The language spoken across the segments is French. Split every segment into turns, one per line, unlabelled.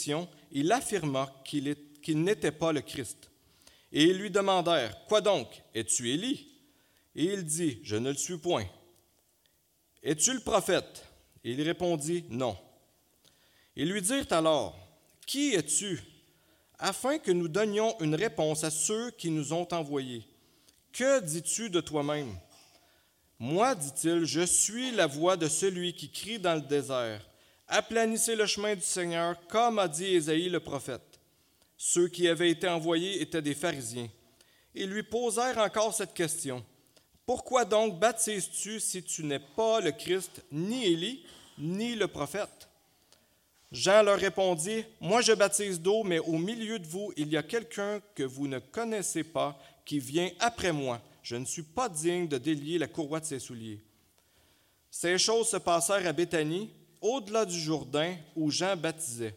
il affirma qu'il n'était pas le Christ. Et ils lui demandèrent, « Quoi donc? Es-tu Élie? » Et il dit, « Je ne le suis point. » « Es-tu le prophète? » Et il répondit, « Non. » Ils lui dirent alors, « Qui es-tu? » Afin que nous donnions une réponse à ceux qui nous ont envoyés. « Que dis-tu de toi-même? » « Moi, dit-il, je suis la voix de celui qui crie dans le désert. Aplanissez le chemin du Seigneur, comme a dit Ésaïe le prophète. » Ceux qui avaient été envoyés étaient des pharisiens. Ils lui posèrent encore cette question. « Pourquoi donc baptises-tu si tu n'es pas le Christ, ni Élie, ni le prophète? » Jean leur répondit, « Moi je baptise d'eau, mais au milieu de vous, il y a quelqu'un que vous ne connaissez pas, qui vient après moi. Je ne suis pas digne de délier la courroie de ses souliers. » Ces choses se passèrent à Béthanie, au-delà du Jourdain, où Jean baptisait.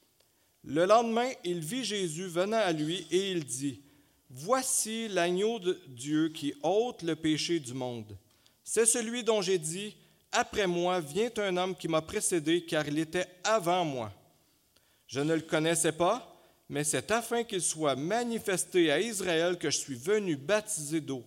Le lendemain, il vit Jésus venant à lui et il dit, « Voici l'agneau de Dieu qui ôte le péché du monde. C'est celui dont j'ai dit, « Après moi vient un homme qui m'a précédé, car il était avant moi. » Je ne le connaissais pas, mais c'est afin qu'il soit manifesté à Israël que je suis venu baptiser d'eau.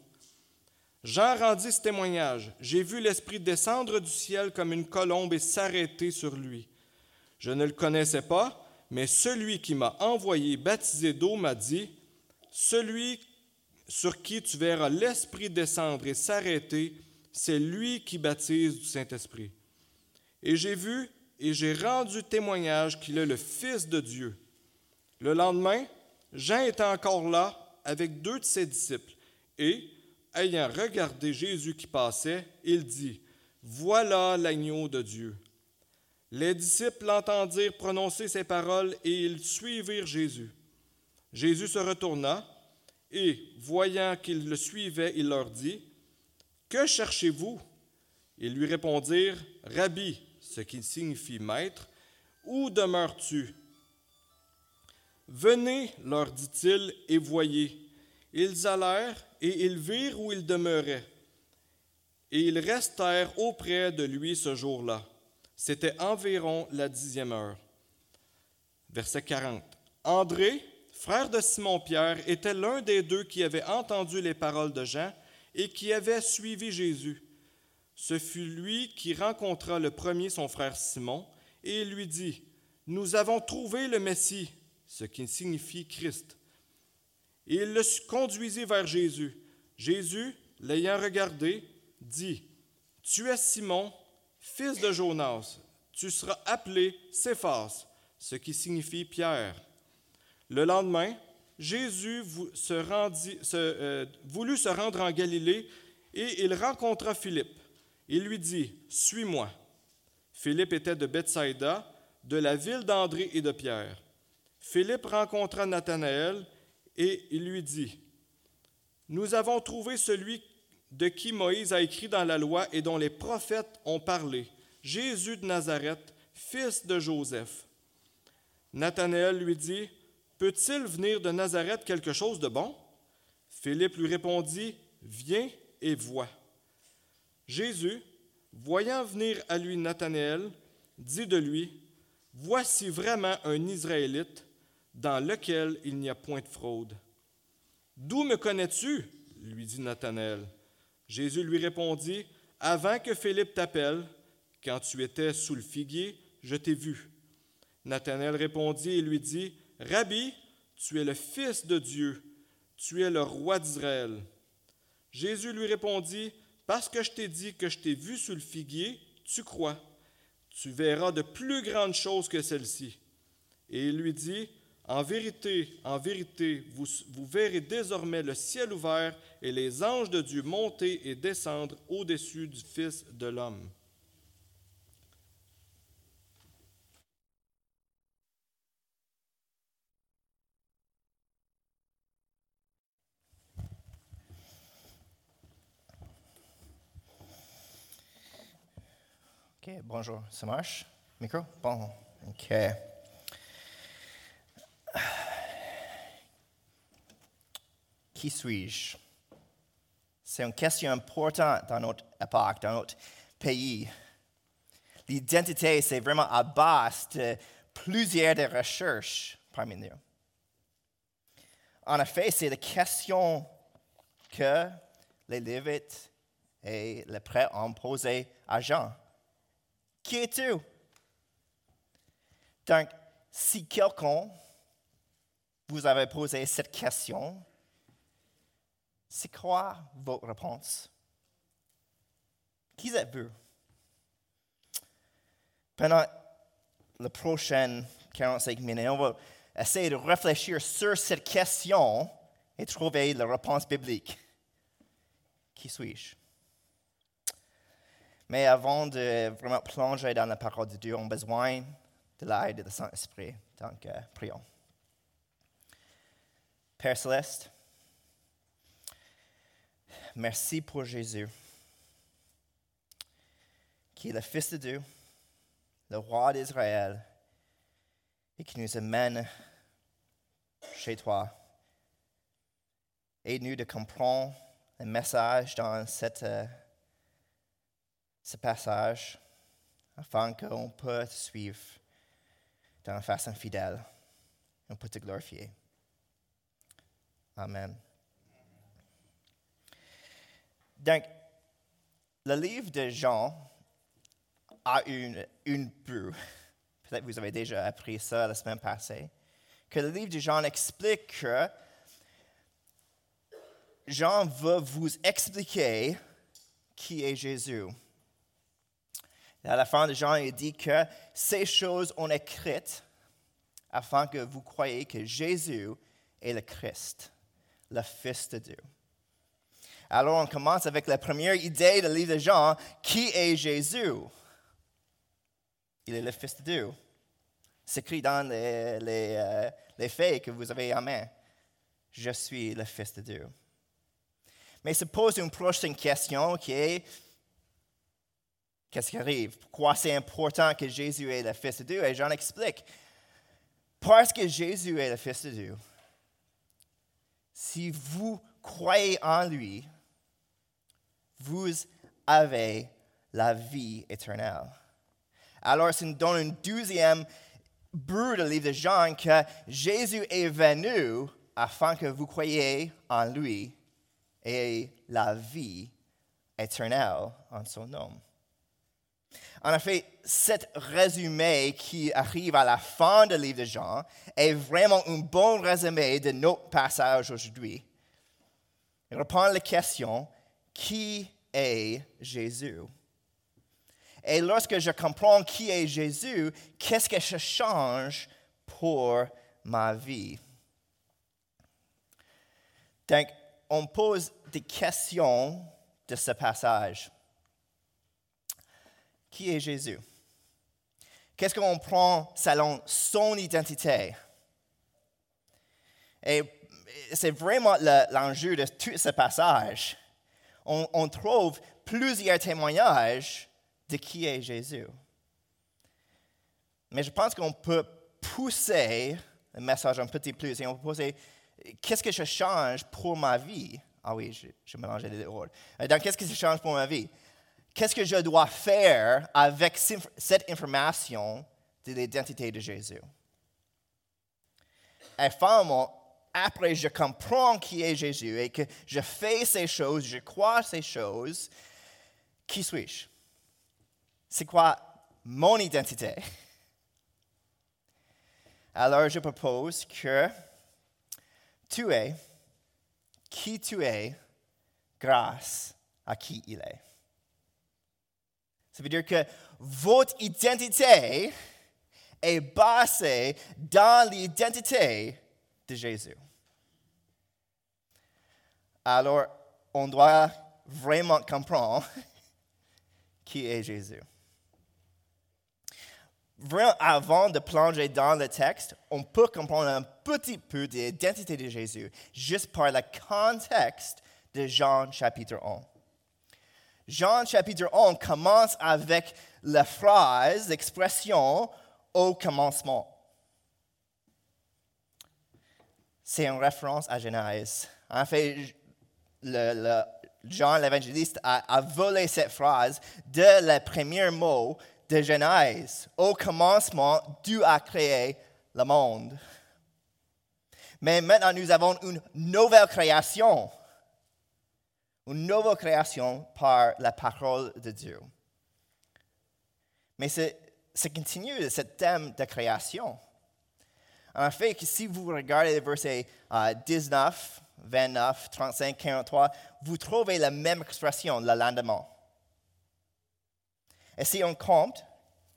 Jean rendit ce témoignage. J'ai vu l'Esprit descendre du ciel comme une colombe et s'arrêter sur lui. Je ne le connaissais pas, mais celui qui m'a envoyé baptiser d'eau m'a dit, « Celui sur qui tu verras l'Esprit descendre et s'arrêter, c'est lui qui baptise du Saint-Esprit. » Et j'ai vu et j'ai rendu témoignage qu'il est le Fils de Dieu. Le lendemain, Jean était encore là avec 2 de ses disciples et, ayant regardé Jésus qui passait, il dit, « Voilà l'agneau de Dieu. » Les disciples l'entendirent prononcer ces paroles et ils suivirent Jésus. Jésus se retourna et, voyant qu'ils le suivaient, il leur dit, « Que cherchez-vous? » Ils lui répondirent, « Rabbi, ce qui signifie maître, où demeures-tu? » « Venez, leur dit-il, et voyez. » Ils allèrent et ils virent où il demeurait. Et ils restèrent auprès de lui ce jour-là. C'était environ la 10e heure. Verset 40. André, frère de Simon-Pierre, était l'un des 2 qui avaient entendu les paroles de Jean et qui avait suivi Jésus. Ce fut lui qui rencontra le premier son frère Simon et il lui dit, « Nous avons trouvé le Messie, ce qui signifie Christ. » Et il le conduisit vers Jésus. Jésus, l'ayant regardé, dit, « Tu es Simon, fils de Jonas, tu seras appelé Céphas, ce qui signifie Pierre. » Le lendemain, Jésus voulut se rendre en Galilée et il rencontra Philippe. Il lui dit, « Suis-moi. » Philippe était de Bethsaïda, de la ville d'André et de Pierre. Philippe rencontra Nathanaël et il lui dit, « Nous avons trouvé celui de qui Moïse a écrit dans la loi et dont les prophètes ont parlé, Jésus de Nazareth, fils de Joseph. » Nathanaël lui dit, « Peut-il venir de Nazareth quelque chose de bon? » Philippe lui répondit, « Viens et vois. » Jésus, voyant venir à lui Nathanaël, dit de lui, « Voici vraiment un Israélite dans lequel il n'y a point de fraude. »« D'où me connais-tu? » lui dit Nathanaël. Jésus lui répondit, « Avant que Philippe t'appelle, quand tu étais sous le figuier, je t'ai vu. » Nathanaël répondit et lui dit, « Rabbi, tu es le Fils de Dieu, tu es le roi d'Israël. » Jésus lui répondit, « Parce que je t'ai dit que je t'ai vu sous le figuier, tu crois. Tu verras de plus grandes choses que celles-ci. » Et il lui dit, « En vérité, vous verrez désormais le ciel ouvert et les anges de Dieu monter et descendre au-dessus du Fils de l'homme. »
OK, bonjour, ça marche? Micro? Bon, OK. Qui suis-je? C'est une question importante dans notre époque, dans notre pays. L'identité, c'est vraiment à base de plusieurs des recherches parmi nous. En effet, c'est la question que les Lévites et les prêtres ont posée à Jean. Qui es-tu? Donc, si quelqu'un vous avait posé cette question, c'est quoi votre réponse? Qui êtes-vous? Pendant les prochaines 45 minutes, on va essayer de réfléchir sur cette question et trouver la réponse biblique. Qui suis-je? Mais avant de vraiment plonger dans la parole de Dieu, on a besoin de l'aide du Saint-Esprit. Donc, prions. Père Céleste, merci pour Jésus, qui est le Fils de Dieu, le roi d'Israël, et qui nous amène chez toi. Aide-nous de comprendre le message dans ce passage, afin qu'on puisse te suivre d'une façon fidèle. On peut te glorifier. Amen. Donc, le livre de Jean a une but. Peut-être que vous avez déjà appris ça la semaine passée. Que le livre de Jean explique que Jean veut vous expliquer qui est Jésus. Et à la fin de Jean, il dit que ces choses ont écrites afin que vous croyiez que Jésus est le Christ, le Fils de Dieu. Alors, on commence avec la première idée du livre de Jean. Qui est Jésus? Il est le Fils de Dieu. C'est écrit dans les faits que vous avez en main. Je suis le Fils de Dieu. Mais se pose une prochaine question qui est, qu'est-ce qui arrive? Pourquoi c'est important que Jésus est le Fils de Dieu? Et Jean explique. Parce que Jésus est le Fils de Dieu, si vous croyez en lui, vous avez la vie éternelle. Alors, ça nous donne un deuxième but du livre de Jean que Jésus est venu afin que vous croyiez en lui et la vie éternelle en son nom. En effet, cet résumé qui arrive à la fin du livre de Jean est vraiment un bon résumé de notre passage aujourd'hui. Il reprend la question, qui est Jésus? Et lorsque je comprends qui est Jésus, qu'est-ce que ça change pour ma vie? Donc, on pose des questions de ce passage. Qui est Jésus? Qu'est-ce qu'on prend selon son identité? Et c'est vraiment l'enjeu de tout ce passage. On trouve plusieurs témoignages de qui est Jésus. Mais je pense qu'on peut pousser le message un petit plus et on peut poser qu'est-ce que ça change pour ma vie? Ah oui, je mélangeais les deux ordres. Donc, qu'est-ce que ça change pour ma vie? Qu'est-ce que je dois faire avec cette information de l'identité de Jésus? Et finalement, après je comprends qui est Jésus et que je fais ces choses, je crois ces choses, qui suis-je? C'est quoi mon identité? Alors, je propose que tu es qui tu es grâce à qui il est. Ça veut dire que votre identité est basée dans l'identité de Jésus. Alors, on doit vraiment comprendre qui est Jésus. Vraiment, avant de plonger dans le texte, on peut comprendre un petit peu de l'identité de Jésus juste par le contexte de Jean chapitre 1. Jean chapitre 1 commence avec la phrase, l'expression « au commencement ». C'est une référence à Genèse. En fait, Jean l'évangéliste a volé cette phrase de le premier mot de Genèse. Au commencement, Dieu a créé le monde. Mais maintenant, nous avons une nouvelle création. Une nouvelle création par la parole de Dieu. Mais ça continue, ce thème de création. En fait, si vous regardez les versets 19, 29, 35, 43, vous trouvez la même expression, le lendemain. Et si on compte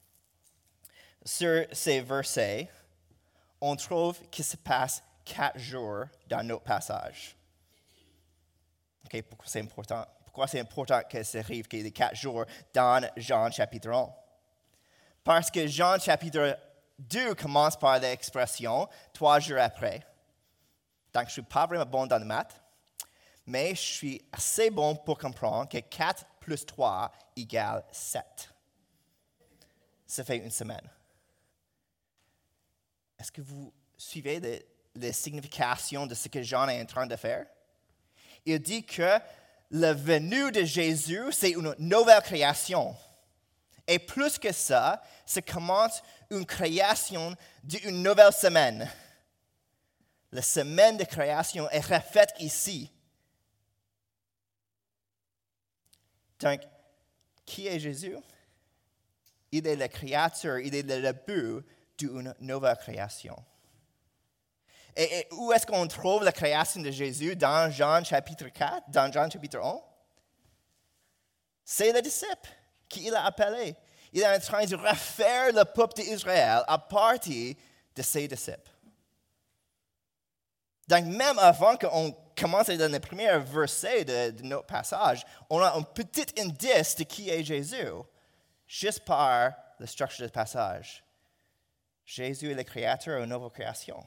sur ces versets, on trouve qu'il se passe 4 jours dans notre passage. Okay, pourquoi c'est important? Pourquoi c'est important que ça arrive qu'il y ait 4 jours dans Jean chapitre 1? Parce que Jean chapitre 2 commence par l'expression 3 jours après. Donc, je ne suis pas vraiment bon dans le maths, mais je suis assez bon pour comprendre que 4 plus 3 égale 7. Ça fait une semaine. Est-ce que vous suivez la signification de ce que Jean est en train de faire? Il dit que la venue de Jésus, c'est une nouvelle création. Et plus que ça commence une création d'une nouvelle semaine. La semaine de création est refaite ici. Donc, qui est Jésus? Il est le créateur, il est le début d'une nouvelle création. Et où est-ce qu'on trouve la création de Jésus dans Jean chapitre 4, dans Jean chapitre 1? C'est le disciple qu'il a appelé. Il est en train de refaire le peuple d'Israël à partir de ses disciples. Donc, même avant qu'on commence dans le premier verset de notre passage, on a un petit indice de qui est Jésus, juste par la structure du passage. Jésus est le créateur d'une nouvelle création.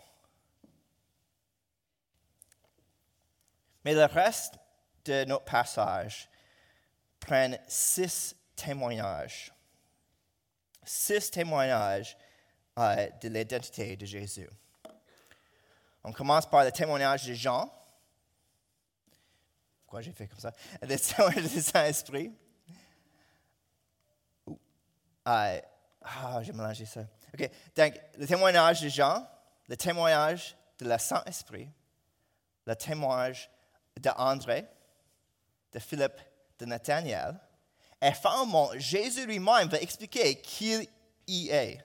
Mais le reste de notre passage prend 6 témoignages. 6 témoignages de l'identité de Jésus. On commence par le témoignage de Jean. Pourquoi j'ai fait comme ça? Le témoignage du Saint-Esprit. J'ai mélangé ça. OK, donc le témoignage de Jean, le témoignage de le Saint-Esprit, le témoignage d'André, de Philippe, de Nathanaël. Et finalement, Jésus lui-même va expliquer qui il est.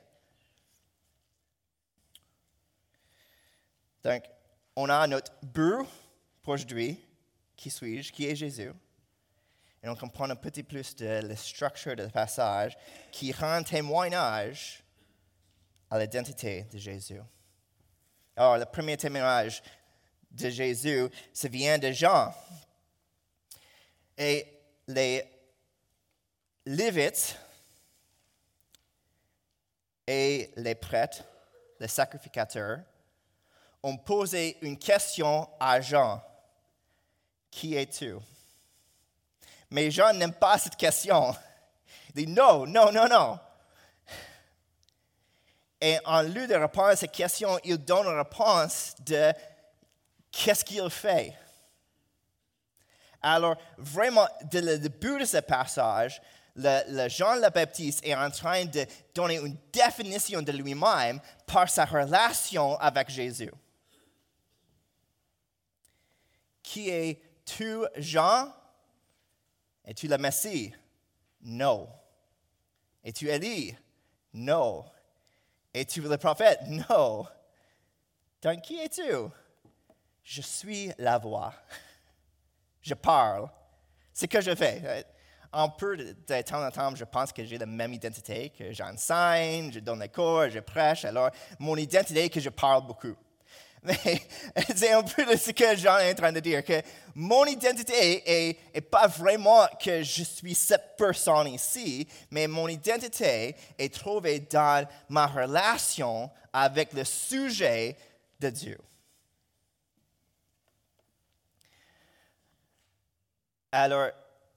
Donc, on a notre but pour aujourd'hui, qui suis-je, qui est Jésus. Et on comprend un petit plus de la structure du passage qui rend témoignage à l'identité de Jésus. Alors, le premier témoignage de Jésus, ça vient de Jean. Et les Lévites et les prêtres, les sacrificateurs, ont posé une question à Jean. Qui es-tu? Mais Jean n'aime pas cette question. Il dit non. Et en lieu de répondre à cette question, il donne une réponse de qu'est-ce qu'il fait. Alors, vraiment, dès le début de ce passage, le Jean le Baptiste est en train de donner une définition de lui-même par sa relation avec Jésus. Qui es-tu, Jean? Es-tu le Messie? Non. Es-tu Élie? Non. Es-tu le prophète? Non. Donc, qui es-tu? Je suis la voix. Je parle. C'est ce que je fais. Un peu de temps en temps, je pense que j'ai la même identité, que j'enseigne, je donne les cours, je prêche. Alors, mon identité est que je parle beaucoup. Mais c'est un peu de ce que Jean est en train de dire, que mon identité est pas vraiment que je suis cette personne ici, mais mon identité est trouvée dans ma relation avec le sujet de Dieu. Alors,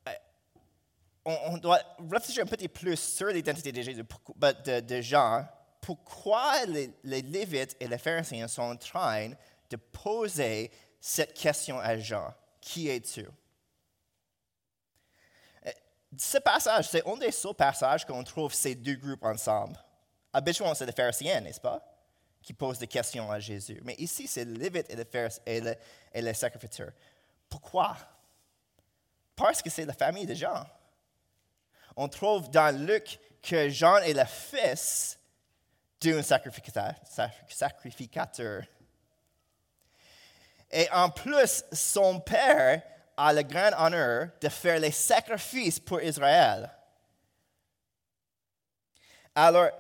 on doit réfléchir un petit plus sur l'identité de Jésus, de Jean. Pourquoi les Lévites et les pharisiens sont en train de poser cette question à Jean? Qui es-tu? ce passage, c'est un des seuls passages qu'on trouve ces deux groupes ensemble. Habituellement, c'est les pharisiens, n'est-ce pas, qui posent des questions à Jésus. Mais ici, c'est les Lévites et les sacrificateurs. Pourquoi? Parce que c'est la famille de Jean. On trouve dans Luc que Jean est le fils d'un sacrificateur. Et en plus, son père a le grand honneur de faire les sacrifices pour Israël. Alors,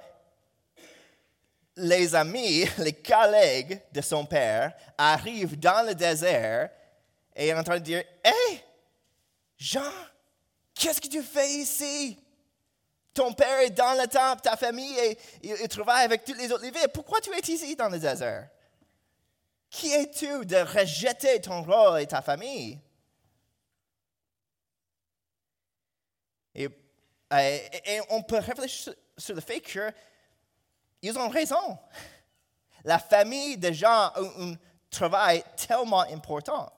les amis, les collègues de son père arrivent dans le désert et sont en train de dire, « Hé, Jean, qu'est-ce que tu fais ici? Ton père est dans le temple, ta famille, et il travaille avec tous les autres Lévites. Pourquoi tu es ici dans le désert? Qui es-tu de rejeter ton rôle et ta famille? » Et on peut réfléchir sur le fait qu'ils ont raison. La famille de Jean a un travail tellement important.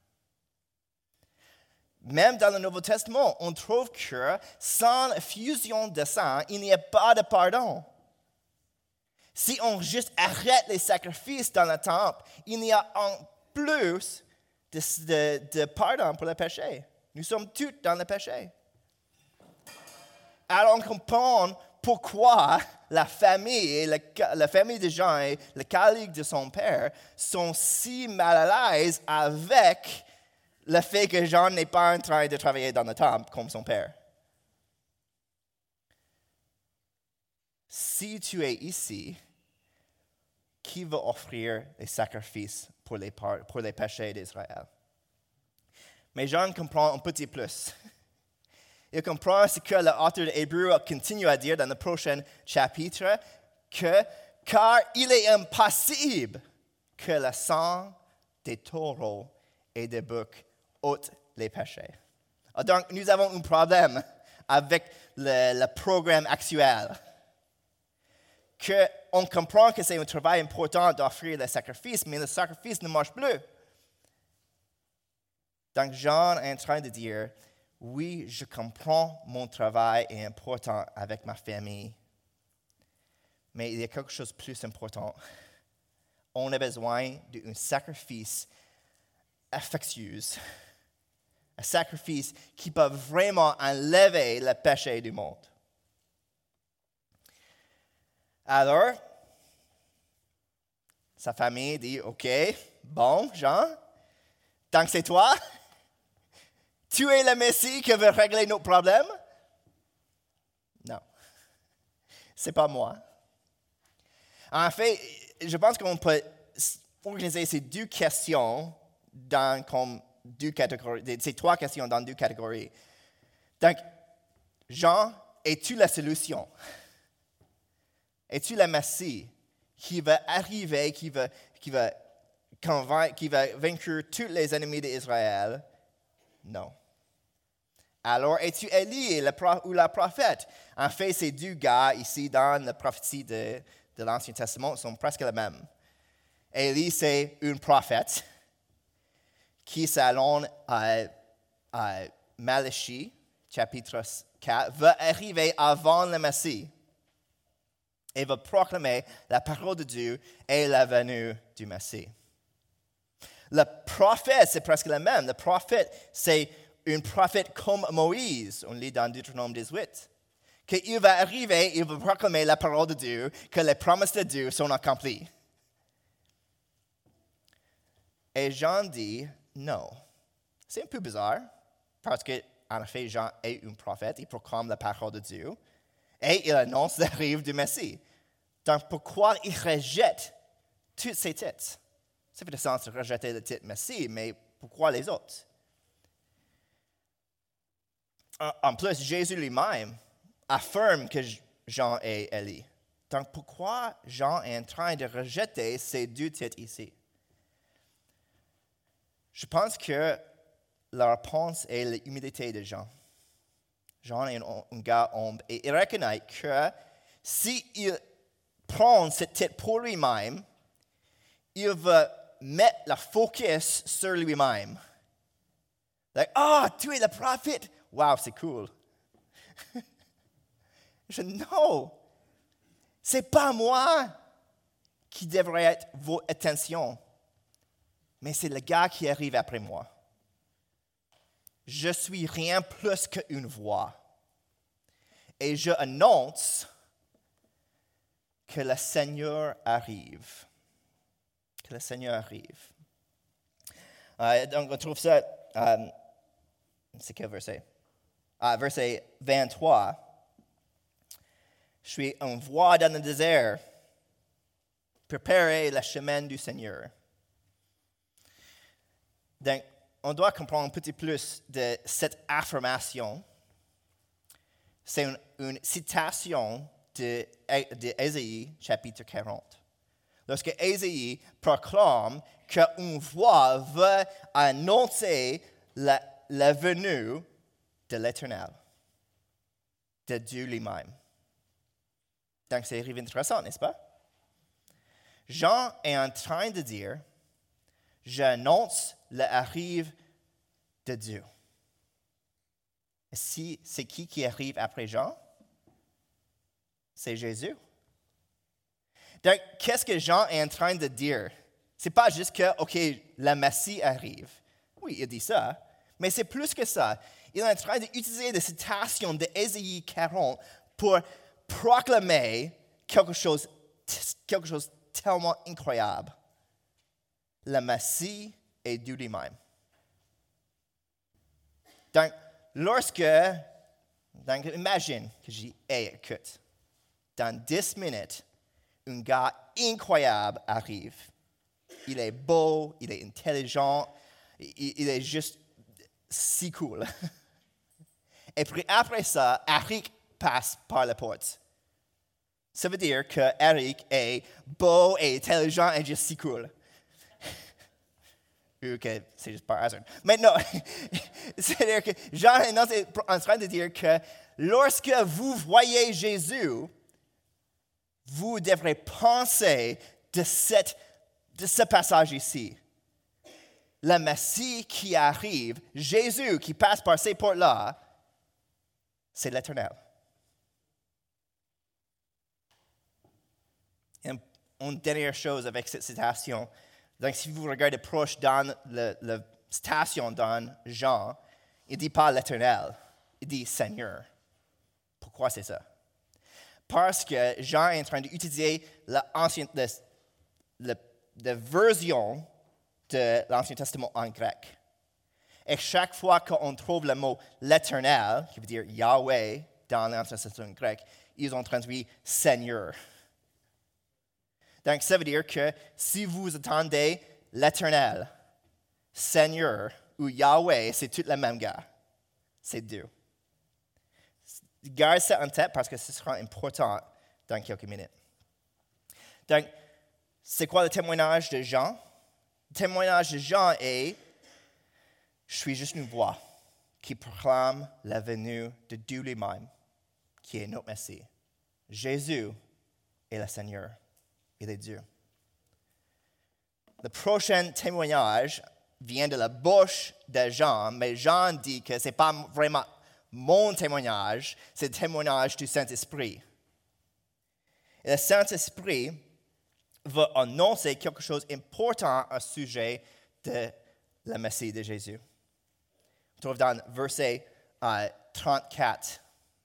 Même dans le Nouveau Testament, on trouve que sans fusion de sang, il n'y a pas de pardon. Si on juste arrête les sacrifices dans le temple, il n'y a en plus de pardon pour le péché. Nous sommes tous dans le péché. Alors on comprend pourquoi la famille, la famille de Jean et le collègue de son père sont si mal à l'aise avec le fait que Jean n'est pas en train de travailler dans le temple comme son père. Si tu es ici, qui va offrir les sacrifices pour les péchés d'Israël? Mais Jean comprend un petit plus. Il comprend ce que l'auteur d'Hébreux continue à dire dans le prochain chapitre, car il est impossible que le sang des taureaux et des boucs ôte les péchés. Donc, nous avons un problème avec le programme actuel. On comprend que c'est un travail important d'offrir le sacrifice, mais le sacrifice ne marche plus. Donc, Jean est en train de dire, oui, je comprends mon travail est important avec ma famille, mais il y a quelque chose de plus important. On a besoin d'un sacrifice affectueux, un sacrifice qui peut vraiment enlever le péché du monde. Alors, sa famille dit, OK, bon, Jean, tant que c'est toi, tu es le Messie qui veut régler nos problèmes? Non, c'est pas moi. En fait, je pense qu'on peut organiser ces deux questions comme deux catégories, ces trois questions dans deux catégories. Donc, Jean, es-tu la solution? Es-tu le Messie qui va arriver, qui va vaincre tous les ennemis d'Israël? Non. Alors, es-tu Élie ou la prophète? En fait, ces deux gars ici dans la prophétie de l'Ancien Testament sont presque les mêmes. Élie, c'est un prophète qui, selon Malachie, chapitre 4, va arriver avant le Messie et va proclamer la parole de Dieu et la venue du Messie. Le prophète, c'est presque le même. Le prophète, c'est un prophète comme Moïse, on lit dans Deutéronome 18, qu'il va arriver, il va proclamer la parole de Dieu, que les promesses de Dieu sont accomplies. Et Jean dit non. C'est un peu bizarre, parce qu'en effet, Jean est un prophète, il proclame la parole de Dieu, et il annonce l'arrivée du Messie. Donc pourquoi il rejette tous ces titres? Ça fait du sens de rejeter le titre Messie, mais pourquoi les autres? En plus, Jésus lui-même affirme que Jean est Élie. Donc pourquoi Jean est en train de rejeter ces deux titres ici? Je pense que la réponse est l'humilité de Jean. Jean est un gars humble et il reconnaît que s'il prend ce titre pour lui-même, il va mettre le focus sur lui-même. Like, tu es le prophète. Wow, c'est cool. Non, c'est pas moi qui devrait être votre attention, mais c'est le gars qui arrive après moi. Je suis rien plus qu'une voix. Et je annonce que le Seigneur arrive. Que le Seigneur arrive. Donc, on trouve ça, c'est quel verset? Verset 23. Je suis une voix dans le désert. Préparez le chemin du Seigneur. Donc, on doit comprendre un petit plus de cette affirmation. C'est une citation d'Ésaïe, chapitre 40. Lorsque Ésaïe proclame qu'une voix va annoncer la venue de l'Éternel, de Dieu lui-même. Donc, c'est intéressant, n'est-ce pas? Jean est en train de dire, j'annonce l'arrivée de Dieu. Si c'est qui arrive après Jean? C'est Jésus. Donc, qu'est-ce que Jean est en train de dire? Ce n'est pas juste que, OK, le Messie arrive. Oui, il dit ça, mais c'est plus que ça. Il est en train d'utiliser des citations d'Ésaïe 40 pour proclamer quelque chose tellement incroyable. Le Messie est Dieu lui-même. Donc, imagine que je dis, hey, écoute, dans 10 minutes, un gars incroyable arrive. Il est beau, il est intelligent, il est juste si cool. Et puis après ça, Eric passe par la porte. Ça veut dire que Eric est beau et intelligent et juste si cool. Ou que c'est juste par hasard. Mais non, c'est-à-dire que Jean est en train de dire que lorsque vous voyez Jésus, vous devrez penser de ce passage ici. Le Messie qui arrive, Jésus qui passe par ces portes-là, c'est l'Éternel. Et une dernière chose avec cette citation. Donc, si vous regardez proche dans la citation dans Jean, il ne dit pas l'Éternel, il dit Seigneur. Pourquoi c'est ça? Parce que Jean est en train d'utiliser la version de l'Ancien Testament en grec. Et chaque fois qu'on trouve le mot l'Éternel, qui veut dire Yahweh, dans l'Ancien Testament grec, ils ont traduit Seigneur. Donc, ça veut dire que si vous attendez l'Éternel, Seigneur ou Yahweh, c'est tout le même gars. C'est Dieu. Garde ça en tête parce que ce sera important dans quelques minutes. Donc, c'est quoi le témoignage de Jean? Le témoignage de Jean est « Je suis juste une voix qui proclame la venue de Dieu lui-même, qui est notre Messie. Jésus est le Seigneur, il est Dieu. » Le prochain témoignage vient de la bouche de Jean, mais Jean dit que ce n'est pas vraiment mon témoignage, c'est le témoignage du Saint-Esprit. Et le Saint-Esprit va annoncer quelque chose d'important au sujet de la Messie de Jésus. On trouve dans verset 34.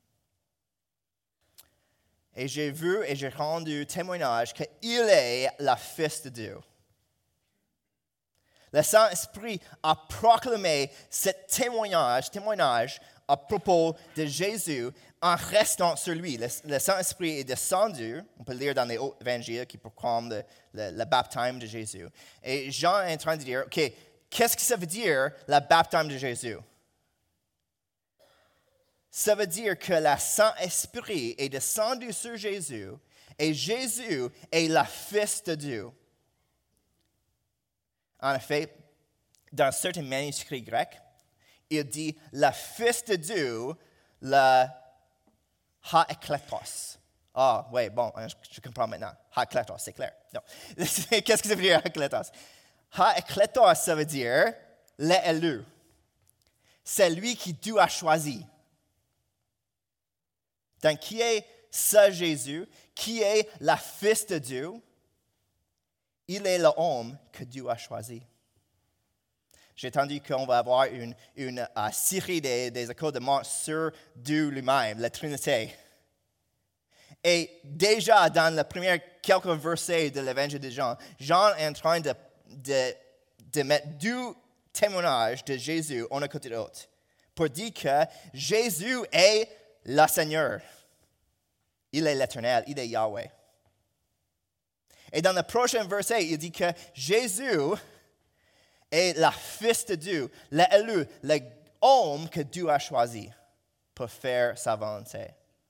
Et j'ai vu et j'ai rendu témoignage qu'il est le Fils de Dieu. Le Saint-Esprit a proclamé ce témoignage à propos de Jésus en restant sur lui. Le Saint-Esprit est descendu, on peut lire dans les autres évangiles qui proclament le baptême de Jésus. Et Jean est en train de dire, OK, qu'est-ce que ça veut dire, le baptême de Jésus? Ça veut dire que le Saint-Esprit est descendu sur Jésus et Jésus est le Fils de Dieu. En effet, dans certains manuscrits grecs, il dit le Fils de Dieu, le ha-ekletos. Ah, oui, bon, je comprends maintenant. Ha-ekletos, c'est clair. Non. Qu'est-ce que ça veut dire, ha-ekletos? Ha-ekletos, ça veut dire l'élu. C'est lui qui Dieu a choisi. Donc, qui est ce Jésus? Qui est le Fils de Dieu? Il est l'homme que Dieu a choisi. J'ai entendu qu'on va avoir une série des écoles de marche sur Dieu lui-même, la Trinité. Et déjà, dans les premiers quelques versets de l'Évangile de Jean, Jean est en train de mettre deux témoignages de Jésus un à côté de l'autre pour dire que Jésus est le Seigneur. Il est l'Éternel, il est Yahweh. Et dans le prochain verset, il dit que Jésus est le Fils de Dieu, l'élu, l'homme que Dieu a choisi pour faire sa volonté.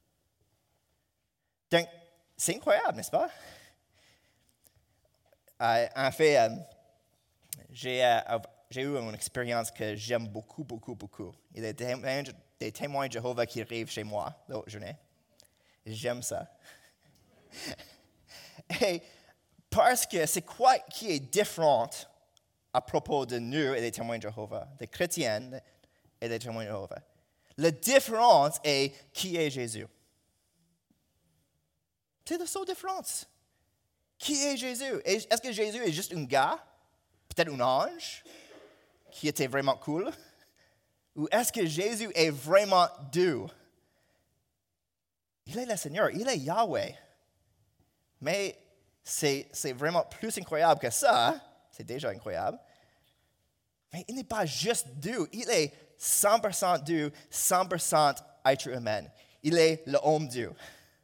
Donc, c'est incroyable, n'est-ce pas? En fait, j'ai eu une expérience que j'aime beaucoup, beaucoup, beaucoup. Il y a des témoins de Jéhovah qui arrivent chez moi l'autre journée. J'aime ça. Et parce que c'est quoi qui est différent à propos de nous et des témoins de Jéhovah, des chrétiens et des témoins de Jéhovah? La différence est qui est Jésus. C'est la seule différence. Qui est Jésus? Est-ce que Jésus est juste un gars? Peut-être un ange? Qui était vraiment cool? Ou est-ce que Jésus est vraiment Dieu? Il est le Seigneur, il est Yahweh. Mais c'est vraiment plus incroyable que ça. C'est déjà incroyable. Mais il n'est pas juste Dieu. Il est 100% Dieu, 100% être humain. Il est l'homme Dieu.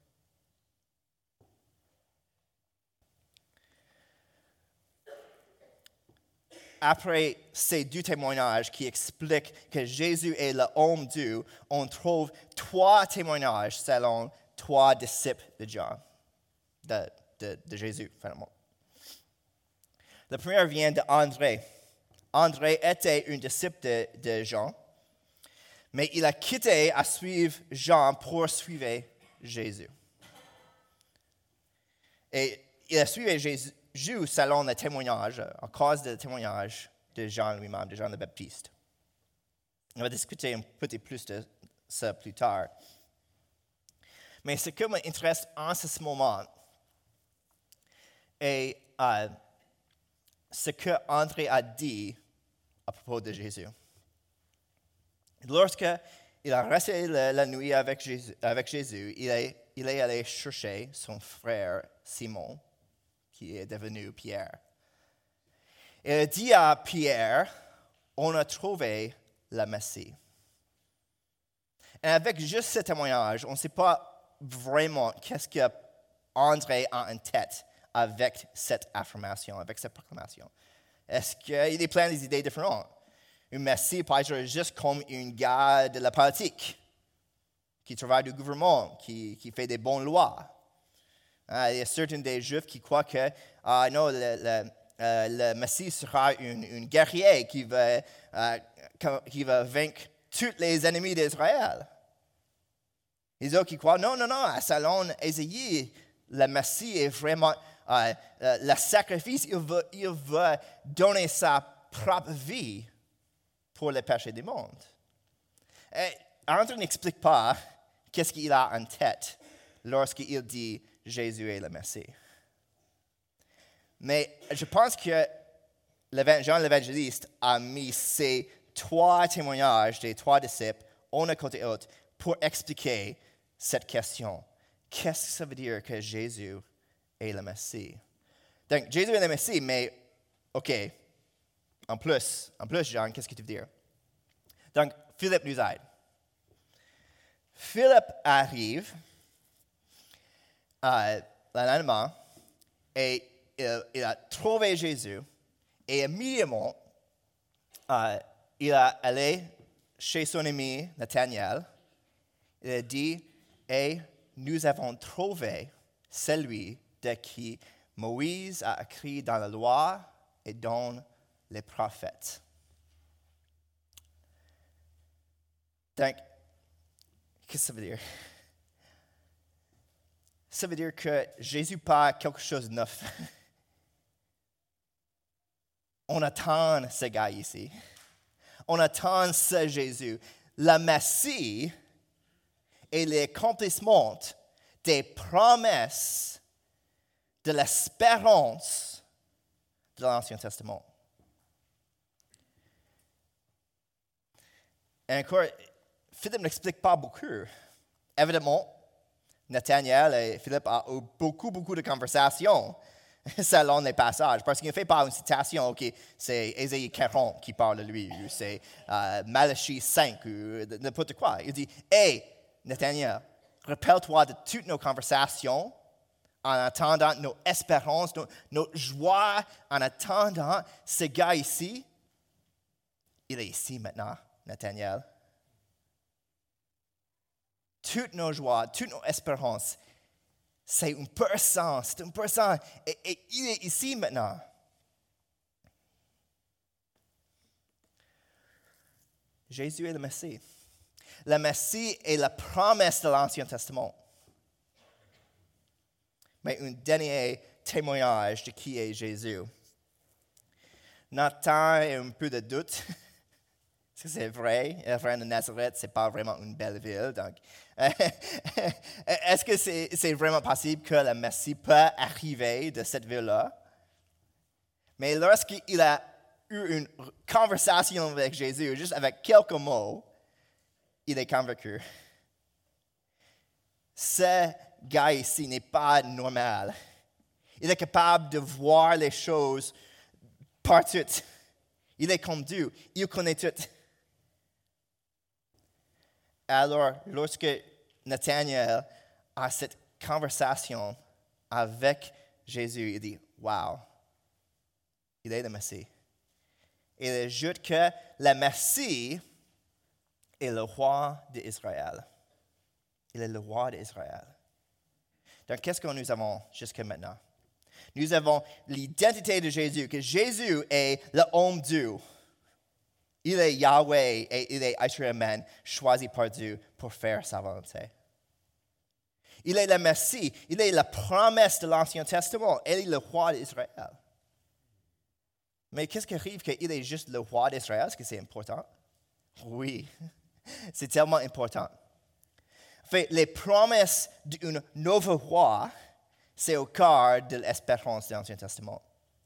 Après ces deux témoignages qui expliquent que Jésus est l'homme Dieu, on trouve trois témoignages selon trois disciples de Jean, de Jésus, finalement. Le premier vient d'André. André était un disciple de Jean, mais il a quitté à suivre Jean pour suivre Jésus. Et il a suivi Jésus selon le témoignage, à cause du témoignage de Jean lui-même, de Jean le Baptiste. On va discuter un petit plus de ça plus tard. Mais ce qui m'intéresse en ce moment est ce que André a dit à propos de Jésus. Lorsqu'il a resté la nuit avec Jésus, il est allé chercher son frère Simon, qui est devenu Pierre. Il a dit à Pierre, on a trouvé le Messie. Et avec juste ce témoignage, on ne sait pas vraiment qu'est-ce que André a en tête avec cette affirmation, avec cette proclamation. Est-ce qu'il est plein d'idées différentes? Un Messie peut être juste comme un gars de la politique, qui travaille du gouvernement, qui fait des bonnes lois. Il y a certains des Juifs qui croient que non, le Messie sera un guerrier qui va vaincre tous les ennemis d'Israël. Les autres qui croient, non, selon Ésaïe, le Messie est vraiment le sacrifice, il va donner sa propre vie pour le péché du monde. Et André n'explique pas qu'est-ce qu'il a en tête lorsqu'il dit Jésus est le Messie. Mais je pense que Jean l'évangéliste a mis ces trois témoignages des trois disciples, un à côté de l'autre, pour expliquer cette question. Qu'est-ce que ça veut dire que Jésus est le Messie? Donc, Jésus est le Messie, mais, OK, en plus, Jean, qu'est-ce que tu veux dire? Donc, Philippe nous aide. Philippe arrive l'allemand et il a trouvé Jésus et immédiatement il est allé chez son ami Nathanaël. Il a dit, et nous avons trouvé celui de qui Moïse a écrit dans la loi et dans les prophètes. Donc, qu'est-ce que ça veut dire? Ça veut dire que Jésus pas quelque chose de neuf. On attend ce gars ici. On attend ce Jésus. Le Messie est l'accomplissement des promesses de l'espérance de l'Ancien Testament. Et encore, Philippe n'explique pas beaucoup. Évidemment, Nathanaël et Philippe ont eu beaucoup de conversations selon les passages, parce qu'il ne fait pas une citation, okay, c'est Ésaïe 40 qui parle de lui, ou c'est Malachie 5, ou n'importe quoi. Il dit, « Hey, Nathanaël, rappelle-toi de toutes nos conversations en attendant nos espérances, nos joies, en attendant ce gars ici. Il est ici maintenant, Nathanaël. Toutes nos joies, toutes nos espérances, c'est une personne, et il est ici maintenant. Jésus est le Messie. Le Messie est la promesse de l'Ancien Testament. Mais un dernier témoignage de qui est Jésus. Nathan a un peu de doute. C'est vrai, la reine de Nazareth, ce n'est pas vraiment une belle ville. Donc, est-ce que c'est vraiment possible que le Messie peut arriver de cette ville-là? Mais lorsqu'il a eu une conversation avec Jésus, juste avec quelques mots, il est convaincu. Ce gars ici n'est pas normal. Il est capable de voir les choses partout. Il est comme Dieu, il connaît tout. Alors, lorsque Nathanaël a cette conversation avec Jésus, il dit, « Wow, il est le Messie. » Il ajoute que le Messie est le roi d'Israël. Il est le roi d'Israël. Donc, qu'est-ce que nous avons jusqu'à maintenant? Nous avons l'identité de Jésus, que Jésus est l'homme Dieu. Il est Yahweh et il est Amen, choisi par Dieu pour faire sa volonté. Il est le Messie, il est la promesse de l'Ancien Testament, il est le roi d'Israël. Mais qu'est-ce qui arrive qu'il est juste le roi d'Israël? Est-ce que c'est important? Oui, c'est tellement important. En fait, les promesses d'un nouveau roi, c'est au cœur de l'espérance de l'Ancien Testament.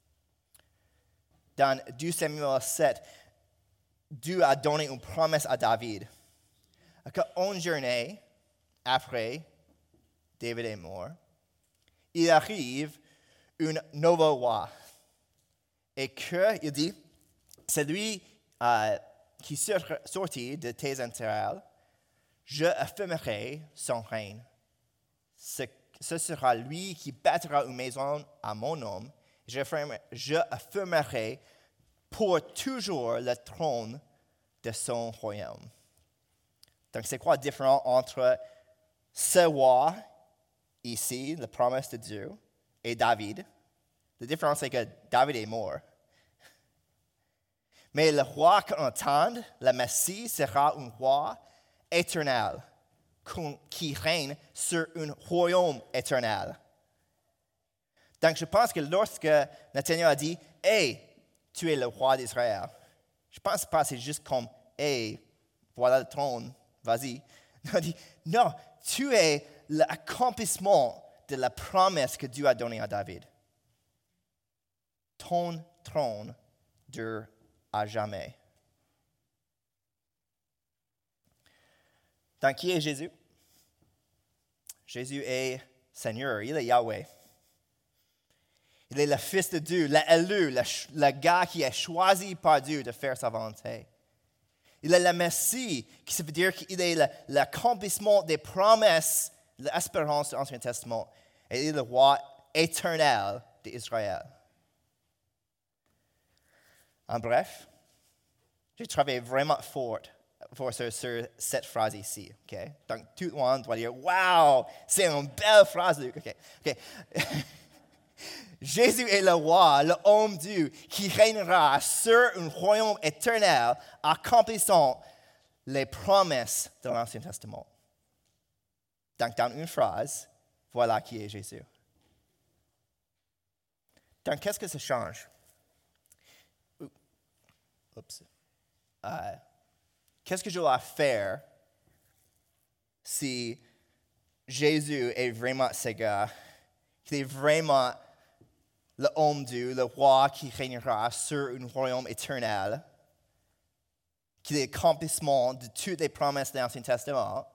Dans 2 Samuel 7, Dieu a donné une promesse à David. Qu'une journée après David est mort, il arrive un nouveau roi. Et qu'il dit, celui qui sortit de tes entrailles, je affirmerai son règne. Ce sera lui qui bâtira une maison à mon nom. Je affirmerai pour toujours le trône de son royaume. Donc, c'est quoi le différent entre ce roi, ici, la promesse de Dieu, et David? La différence, c'est que David est mort. Mais le roi qu'on entend, le Messie, sera un roi éternel, qui règne sur un royaume éternel. Donc, je pense que lorsque Nathanaël a dit, « Hey, tu es le roi d'Israël », je ne pense pas que c'est juste comme, « Hey, voilà le trône, vas-y ». Il dit, « Non, tu es l'accomplissement de la promesse que Dieu a donnée à David. Ton trône dure à jamais. » Donc, qui est Jésus? Jésus est Seigneur, il est Yahweh. Il est le Fils de Dieu, l'élu, le gars qui est choisi par Dieu de faire sa volonté. Il est le Messie, qui veut dire qu'il est l'accomplissement des promesses, de l'espérance de l'Ancien Testament. Et il est le roi éternel d'Israël. En bref, j'ai travaillé vraiment fort sur cette phrase ici. Okay? Donc, tout le monde doit dire, « Wow, c'est une belle phrase, Luc. » Okay. Jésus est le roi, le homme Dieu, qui régnera sur un royaume éternel, accomplissant les promesses de l'Ancien Testament. Donc, dans une phrase, voilà qui est Jésus. Donc, qu'est-ce que ça change? Qu'est-ce que je dois faire si Jésus est vraiment ce gars, qu'il est vraiment l'homme Dieu, le roi qui régnera sur un royaume éternel, qu'il est l'accomplissement de toutes les promesses de l'Ancien Testament,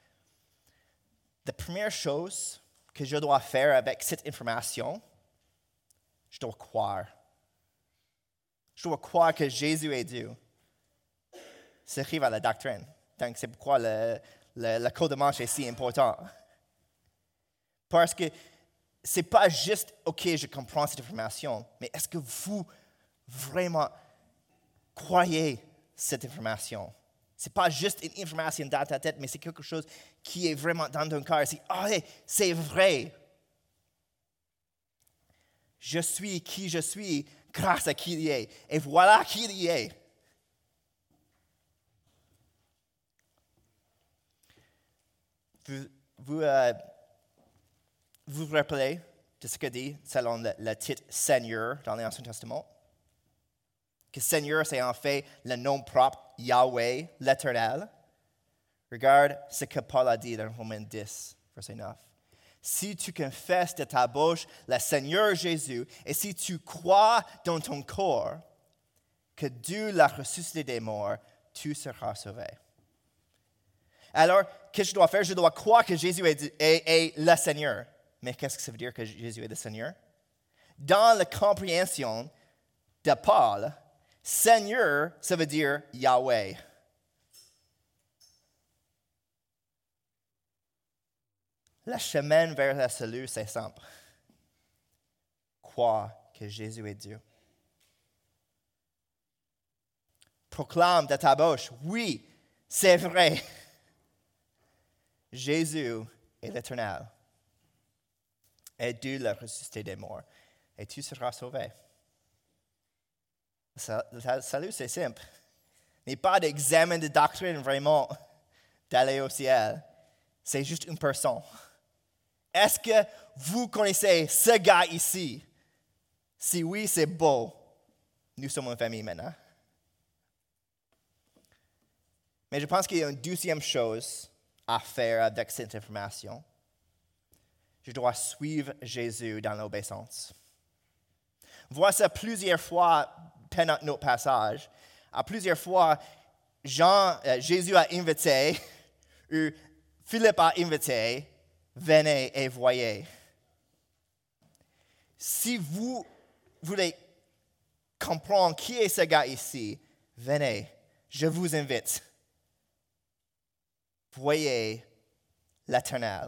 la première chose que je dois faire avec cette information, je dois croire. Je dois croire que Jésus est Dieu. Ça arrive à la doctrine. Donc, c'est pourquoi le code de manche est si important. Parce que ce n'est pas juste, OK, je comprends cette information, mais est-ce que vous vraiment croyez cette information? Ce n'est pas juste une information dans ta tête, mais c'est quelque chose qui est vraiment dans ton cœur. C'est vrai. Je suis qui je suis grâce à qui il est. Et voilà qui il est. Vous vous rappelez de ce que dit selon le titre Seigneur dans l'Ancien Testament? Que Seigneur, c'est en fait le nom propre Yahweh, l'Éternel. Regarde ce que Paul a dit dans Romains 10, verset 9. Si tu confesses de ta bouche le Seigneur Jésus, et si tu crois dans ton corps que Dieu l'a ressuscité des morts, tu seras sauvé. Alors, qu'est-ce que je dois faire? Je dois croire que Jésus est le Seigneur. Mais qu'est-ce que ça veut dire que Jésus est le Seigneur? Dans la compréhension de Paul, Seigneur, ça veut dire Yahweh. Le chemin vers le salut, c'est simple. Croire que Jésus est Dieu. Proclame de ta bouche, oui, c'est vrai. Jésus est l'Éternel. Et Dieu l'a ressuscité des morts. Et tu seras sauvé. Le salut, c'est simple. Il n'y a pas d'examen de doctrine vraiment d'aller au ciel. C'est juste une personne. Est-ce que vous connaissez ce gars ici? Si oui, c'est beau. Nous sommes une famille maintenant. Mais je pense qu'il y a une deuxième chose à faire avec cette information. Je dois suivre Jésus dans l'obéissance. Vois ça plusieurs fois pendant notre passage. À plusieurs fois, Jésus a invité, ou Philippe a invité, venez et voyez. Si vous voulez comprendre qui est ce gars ici, venez, je vous invite. Voyez l'Éternel.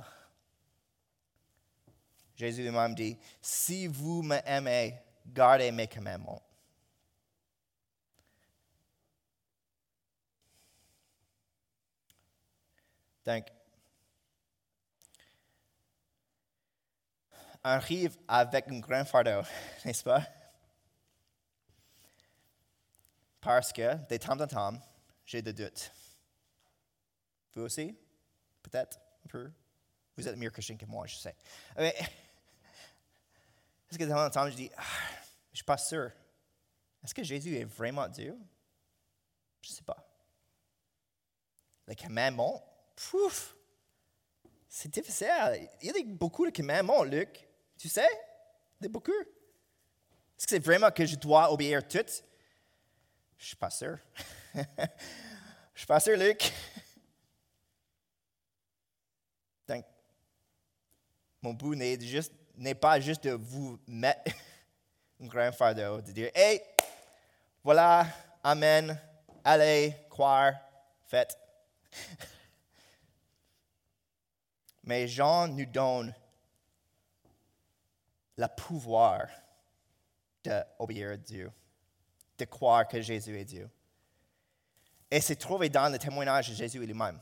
Jésus lui-même dit, si vous m'aimez, gardez mes commandements. Donc, on arrive avec un grand fardeau, n'est-ce pas? Parce que, de temps en temps, j'ai des doutes. Vous aussi? Peut-être un peu. Vous êtes mieux chrétien que moi, je sais. Mais, est-ce que de temps en temps, je dis, je ne suis pas sûr. Est-ce que Jésus est vraiment Dieu? Je ne sais pas. Les commandements, c'est difficile. Il y a beaucoup de commandements, Luc. Tu sais? Il y a beaucoup. Est-ce que c'est vraiment que je dois obéir toutes? Je ne suis pas sûr. Je ne suis pas sûr, Luc. Donc, mon but n'est pas juste de vous mettre un grand fardeau, de dire, hey, voilà, amen, allez, croire, faites. Mais Jean nous donne le pouvoir d'obéir à Dieu, de croire que Jésus est Dieu. Et c'est trouvé dans le témoignage de Jésus lui-même.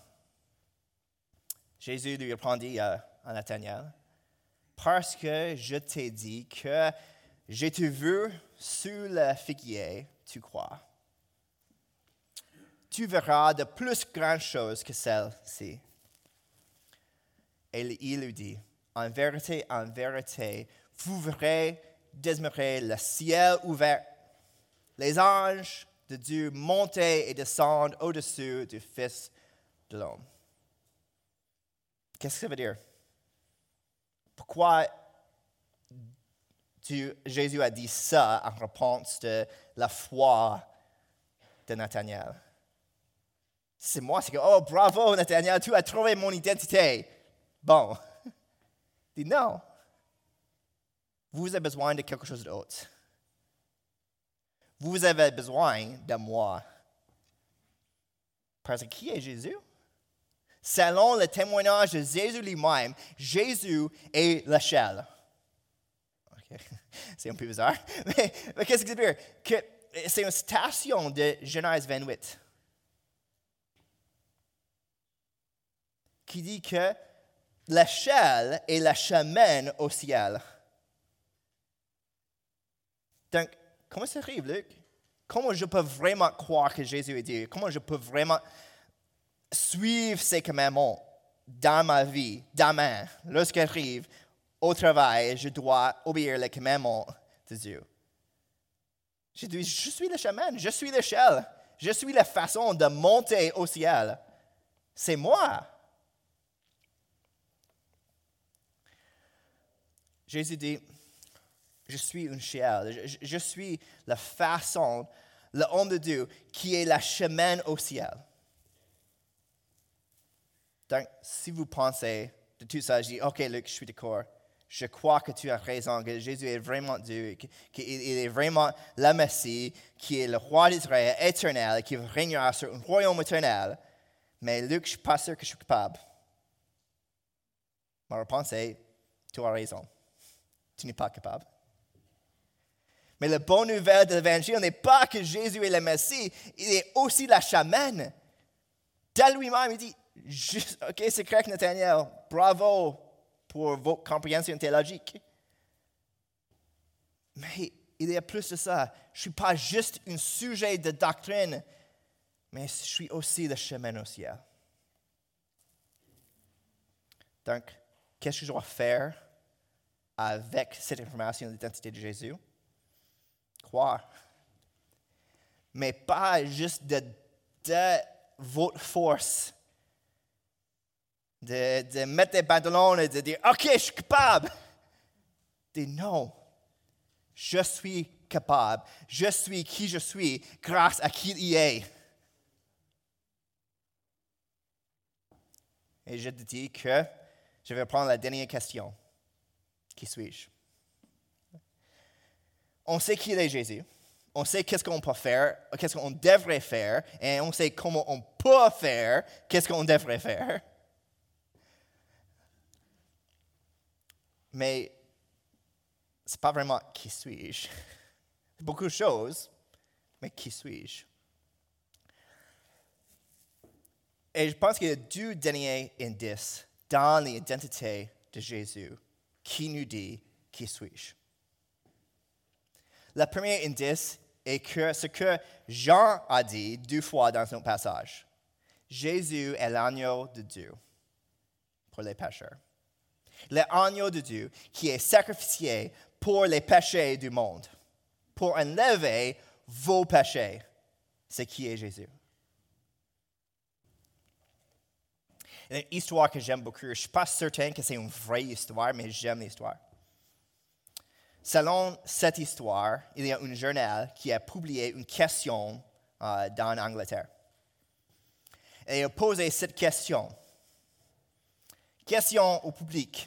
Jésus lui répondit à Nathanaël, parce que je t'ai dit que j'ai te vu sous le figuier, tu crois. Tu verras de plus grandes choses que celles-ci. Et il lui dit, en vérité, vous verrez désormais le ciel ouvert, les anges de Dieu monter et descendre au-dessus du Fils de l'homme. Qu'est-ce que ça veut dire? Pourquoi Jésus a dit ça en réponse de la foi de Nathanaël? C'est moi, c'est que, oh bravo Nathanaël, tu as trouvé mon identité. Bon. Il dit non. Vous avez besoin de quelque chose d'autre. Vous avez besoin de moi. Parce que qui est Jésus? Selon le témoignage de Jésus lui-même, Jésus est l'échelle. Okay. C'est un peu bizarre. Mais qu'est-ce que ça veut dire? Que c'est une citation de Genèse 28 qui dit que l'échelle est le chemin au ciel. Donc, comment ça arrive, Luc? Comment je peux vraiment croire que Jésus est Dieu? Comment je peux vraiment suivre ses commandements dans ma vie, demain, lorsqu'arrive au travail, je dois obéir les commandements de Dieu. Je dis, je suis le chemin, je suis l'échelle, je suis la façon de monter au ciel. C'est moi. Jésus dit, je suis une échelle, je suis la façon, l'homme de Dieu qui est le chemin au ciel. Donc, si vous pensez de tout ça, je dis, OK, Luc, je suis d'accord. Je crois que tu as raison, que Jésus est vraiment Dieu, qu'il est vraiment le Messie, qui est le roi d'Israël éternel, qui régnera sur un royaume éternel. Mais Luc, je ne suis pas sûr que je suis capable. Ma réponse est, tu as raison. Tu n'es pas capable. Mais la bonne nouvelle de l'Évangile n'est pas que Jésus est le Messie, il est aussi la chemin. De lui-même, il dit, OK, c'est correct, Nathanaël, bravo pour votre compréhension théologique. Mais il y a plus de ça. Je ne suis pas juste un sujet de doctrine, mais je suis aussi le chemin au ciel. Donc, qu'est-ce que je dois faire avec cette information de l'identité de Jésus? Croire. Mais pas juste de votre force. De mettre des pantalons et de dire, OK, je suis capable. De dire non, je suis capable. Je suis qui je suis grâce à qui il est. Et je te dis que je vais prendre la dernière question. Qui suis-je? On sait qui est Jésus. On sait qu'est-ce qu'on peut faire, qu'est-ce qu'on devrait faire, et on sait comment on peut faire, qu'est-ce qu'on devrait faire. Mais ce n'est pas vraiment qui suis-je. Beaucoup de choses, mais qui suis-je? Et je pense qu'il y a deux derniers indices dans l'identité de Jésus qui nous dit qui suis-je. Le premier indice est que ce que Jean a dit 2 fois dans son passage. Jésus est l'agneau de Dieu pour les pécheurs. L'agneau de Dieu qui est sacrifié pour les péchés du monde, pour enlever vos péchés. C'est qui est Jésus. Il y a une histoire que j'aime beaucoup. Je ne suis pas certain que c'est une vraie histoire, mais j'aime l'histoire. Selon cette histoire, il y a un journal qui a publié une question dans l'Angleterre. Et il a posé cette question. Question au public.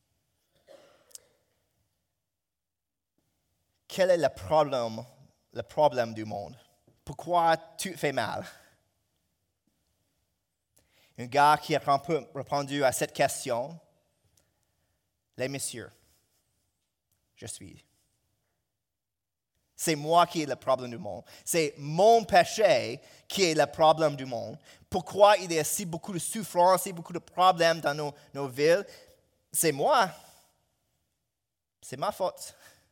Quel est le problème du monde? Pourquoi tout fait mal? Un gars qui a répondu à cette question, les messieurs, je suis. C'est moi qui ai le problème du monde. C'est mon péché qui est le problème du monde. Pourquoi il y a si beaucoup de souffrance, si beaucoup de problèmes dans nos villes? C'est moi. C'est ma faute.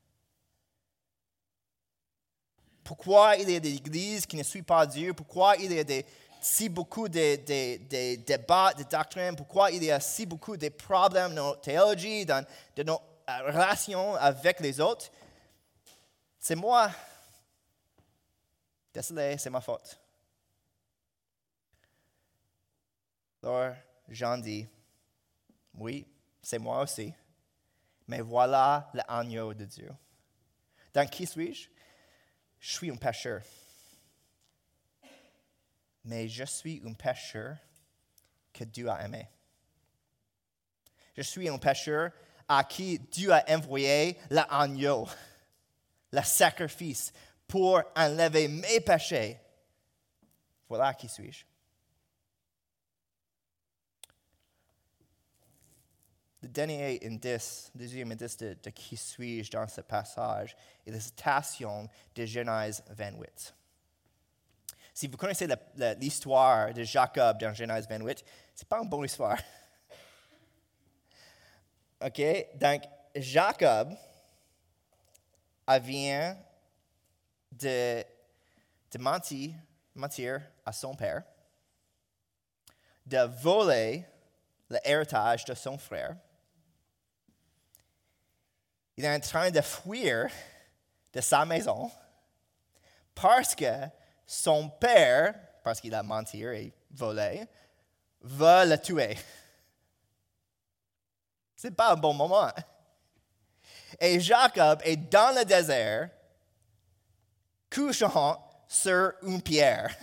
Pourquoi il y a des églises qui ne suivent pas Dieu? Pourquoi il y a si beaucoup de débats, de doctrines? Pourquoi il y a si beaucoup de problèmes dans notre théologie, dans nos relations avec les autres? C'est moi. Désolé, c'est ma faute. Alors, Jean dit, Oui, c'est moi aussi. Mais voilà l'agneau de Dieu. Donc, qui suis-je? Je suis un pécheur. Mais je suis un pécheur que Dieu a aimé. Je suis un pécheur à qui Dieu a envoyé l'agneau, le sacrifice pour enlever mes péchés. Voilà qui suis-je. Le deuxième indice de qui suis-je dans ce passage est la citation de Genèse 28. Si vous connaissez l'histoire de Jacob dans Genèse 28, ce n'est pas une bonne histoire. OK? Donc, Jacob vient de mentir à son père, de voler l'héritage de son frère. Il est en train de fuir de sa maison parce que son père, parce qu'il a menti et volé, veut le tuer. Ce n'est pas un bon moment. Et Jacob est dans le désert, couchant sur une pierre.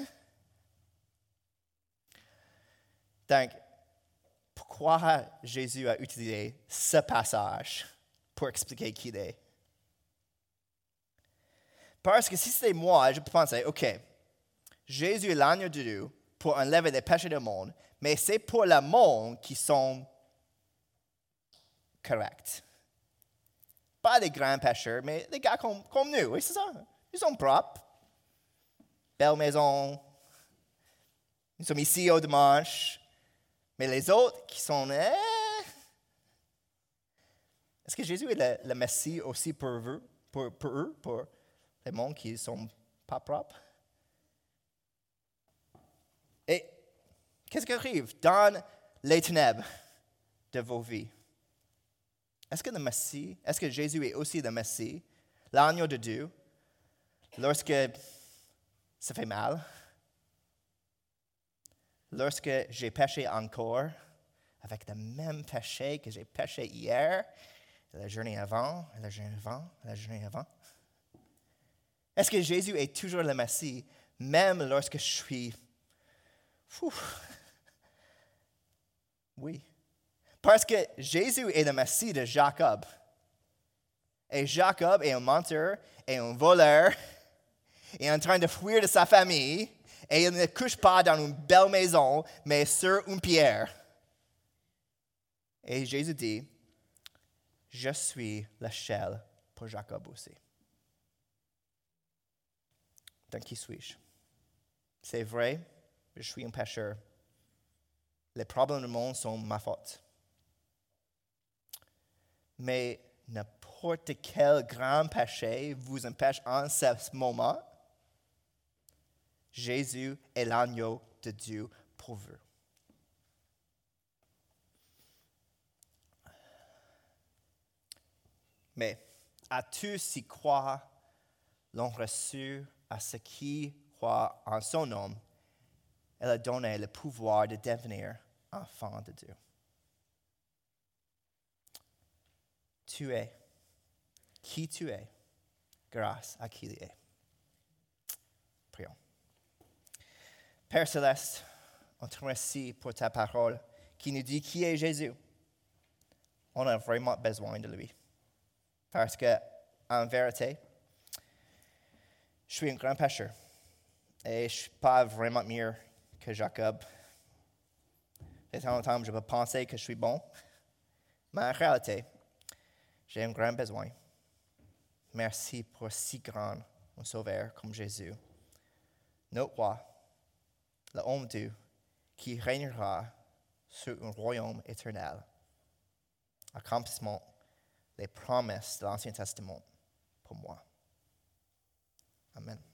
Donc, pourquoi Jésus a utilisé ce passage pour expliquer qui il est? Parce que si c'était moi, je peux penser, OK, Jésus est l'agneau de Dieu pour enlever les péchés du monde, mais c'est pour le monde qui sont corrects. Pas des grands pécheurs, mais des gars comme nous, oui, c'est ça. Ils sont propres. Belle maison. Nous sommes ici au dimanche. Mais les autres qui sont... Est-ce que Jésus est le Messie aussi pour eux, pour les mondes qui ne sont pas propres? Et qu'est-ce qui arrive dans les ténèbres de vos vies? Est-ce que Jésus est aussi le Messie, l'agneau de Dieu, lorsque ça fait mal, lorsque j'ai péché encore, avec le même péché que j'ai péché hier, la journée avant, la journée avant? Est-ce que Jésus est toujours le Messie, même lorsque je suis... Oui. Parce que Jésus est le Messie de Jacob. Et Jacob est un menteur et un voleur. Il est en train de fuir de sa famille. Et il ne couche pas dans une belle maison, mais sur une pierre. Et Jésus dit, je suis l'échelle pour Jacob aussi. Donc, qui suis-je? C'est vrai, je suis un pécheur. Les problèmes du monde sont ma faute. Mais n'importe quel grand péché vous empêche en ce moment, Jésus est l'agneau de Dieu pour vous. Mais à tous qui croient l'ont reçu, à ceux qui croient en son nom, elle a donné le pouvoir de devenir enfant de Dieu. Tu es qui tu es grâce à qui il est. Prions. Père Céleste, on te remercie pour ta parole qui nous dit qui est Jésus. On a vraiment besoin de lui. Parce que, en vérité, je suis un grand pécheur. Et je ne suis pas vraiment mieux que Jacob. De temps en temps, je peux penser que je suis bon. Mais en réalité, j'ai un grand besoin. Merci pour si grand un sauveur comme Jésus. Notre roi, le homme de Dieu, qui régnera sur un royaume éternel. Accomplissement des promesses de l'Ancien Testament pour moi. Amen.